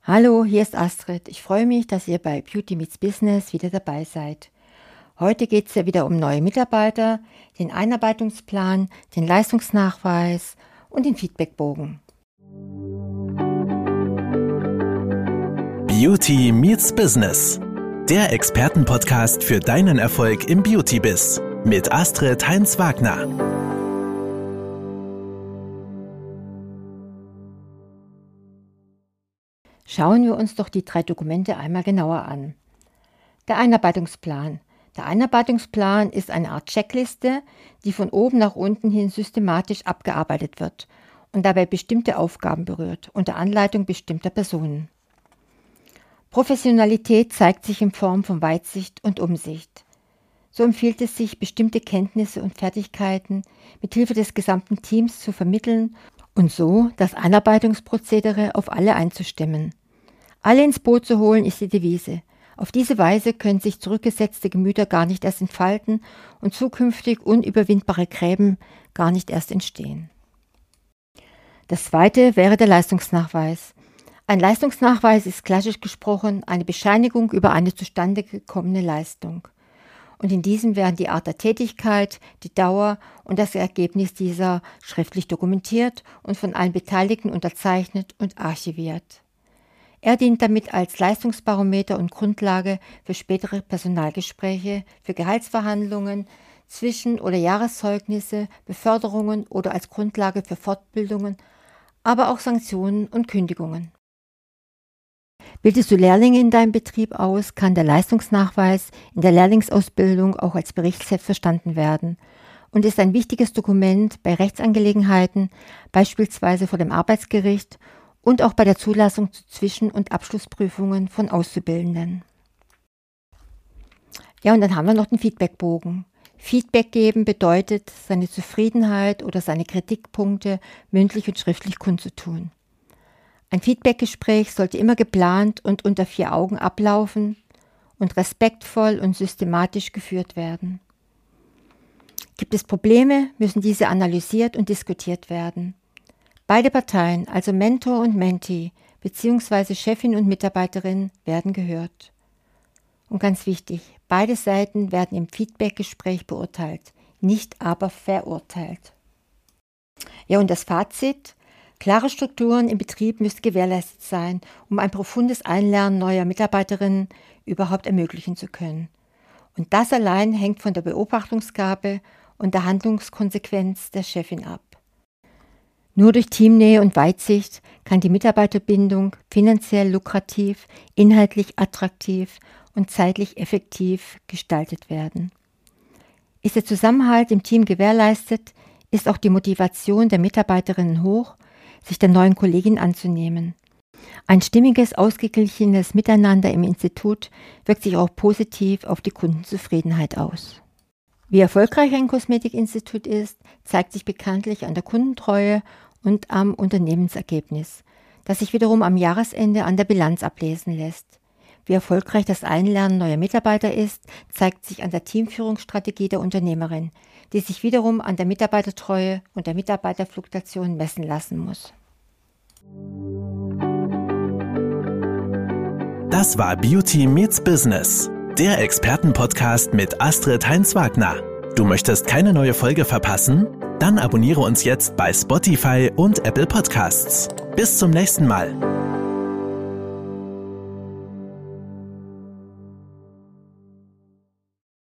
Hallo, hier ist Astrid. Ich freue mich, dass ihr bei Beauty Meets Business wieder dabei seid. Heute geht es ja wieder um neue Mitarbeiter, den Einarbeitungsplan, den Leistungsnachweis und den Feedbackbogen. Beauty Meets Business, der Expertenpodcast für deinen Erfolg im Beauty-Biz mit Astrid Heinz-Wagner. Schauen wir uns doch die 3 Dokumente einmal genauer an. Der Einarbeitungsplan. Der Einarbeitungsplan ist eine Art Checkliste, die von oben nach unten hin systematisch abgearbeitet wird und dabei bestimmte Aufgaben berührt, unter Anleitung bestimmter Personen. Professionalität zeigt sich in Form von Weitsicht und Umsicht. So empfiehlt es sich, bestimmte Kenntnisse und Fertigkeiten mit Hilfe des gesamten Teams zu vermitteln und so das Einarbeitungsprozedere auf alle einzustimmen. Alle ins Boot zu holen ist die Devise. Auf diese Weise können sich zurückgesetzte Gemüter gar nicht erst entfalten und zukünftig unüberwindbare Gräben gar nicht erst entstehen. Das zweite wäre der Leistungsnachweis. Ein Leistungsnachweis ist klassisch gesprochen eine Bescheinigung über eine zustande gekommene Leistung. Und in diesem werden die Art der Tätigkeit, die Dauer und das Ergebnis dieser schriftlich dokumentiert und von allen Beteiligten unterzeichnet und archiviert. Er dient damit als Leistungsbarometer und Grundlage für spätere Personalgespräche, für Gehaltsverhandlungen, Zwischen- oder Jahreszeugnisse, Beförderungen oder als Grundlage für Fortbildungen, aber auch Sanktionen und Kündigungen. Bildest du Lehrlinge in deinem Betrieb aus, kann der Leistungsnachweis in der Lehrlingsausbildung auch als Berichtsheft verstanden werden und ist ein wichtiges Dokument bei Rechtsangelegenheiten, beispielsweise vor dem Arbeitsgericht und auch bei der Zulassung zu Zwischen- und Abschlussprüfungen von Auszubildenden. Ja, und dann haben wir noch den Feedbackbogen. Feedback geben bedeutet, seine Zufriedenheit oder seine Kritikpunkte mündlich und schriftlich kundzutun. Ein Feedbackgespräch sollte immer geplant und unter 4 Augen ablaufen und respektvoll und systematisch geführt werden. Gibt es Probleme, müssen diese analysiert und diskutiert werden. Beide Parteien, also Mentor und Mentee, beziehungsweise Chefin und Mitarbeiterin, werden gehört. Und ganz wichtig, beide Seiten werden im Feedbackgespräch beurteilt, nicht aber verurteilt. Ja, und das Fazit: Klare Strukturen im Betrieb müssen gewährleistet sein, um ein profundes Einlernen neuer Mitarbeiterinnen überhaupt ermöglichen zu können. Und das allein hängt von der Beobachtungsgabe und der Handlungskonsequenz der Chefin ab. Nur durch Teamnähe und Weitsicht kann die Mitarbeiterbindung finanziell lukrativ, inhaltlich attraktiv und zeitlich effektiv gestaltet werden. Ist der Zusammenhalt im Team gewährleistet, ist auch die Motivation der Mitarbeiterinnen hoch, sich der neuen Kollegin anzunehmen. Ein stimmiges, ausgeglichenes Miteinander im Institut wirkt sich auch positiv auf die Kundenzufriedenheit aus. Wie erfolgreich ein Kosmetikinstitut ist, zeigt sich bekanntlich an der Kundentreue und am Unternehmensergebnis, das sich wiederum am Jahresende an der Bilanz ablesen lässt. Wie erfolgreich das Einlernen neuer Mitarbeiter ist, zeigt sich an der Teamführungsstrategie der Unternehmerin, die sich wiederum an der Mitarbeitertreue und der Mitarbeiterfluktuation messen lassen muss. Das war Beauty Meets Business, der Expertenpodcast mit Astrid Heinz-Wagner. Du möchtest keine neue Folge verpassen? Dann abonniere uns jetzt bei Spotify und Apple Podcasts. Bis zum nächsten Mal.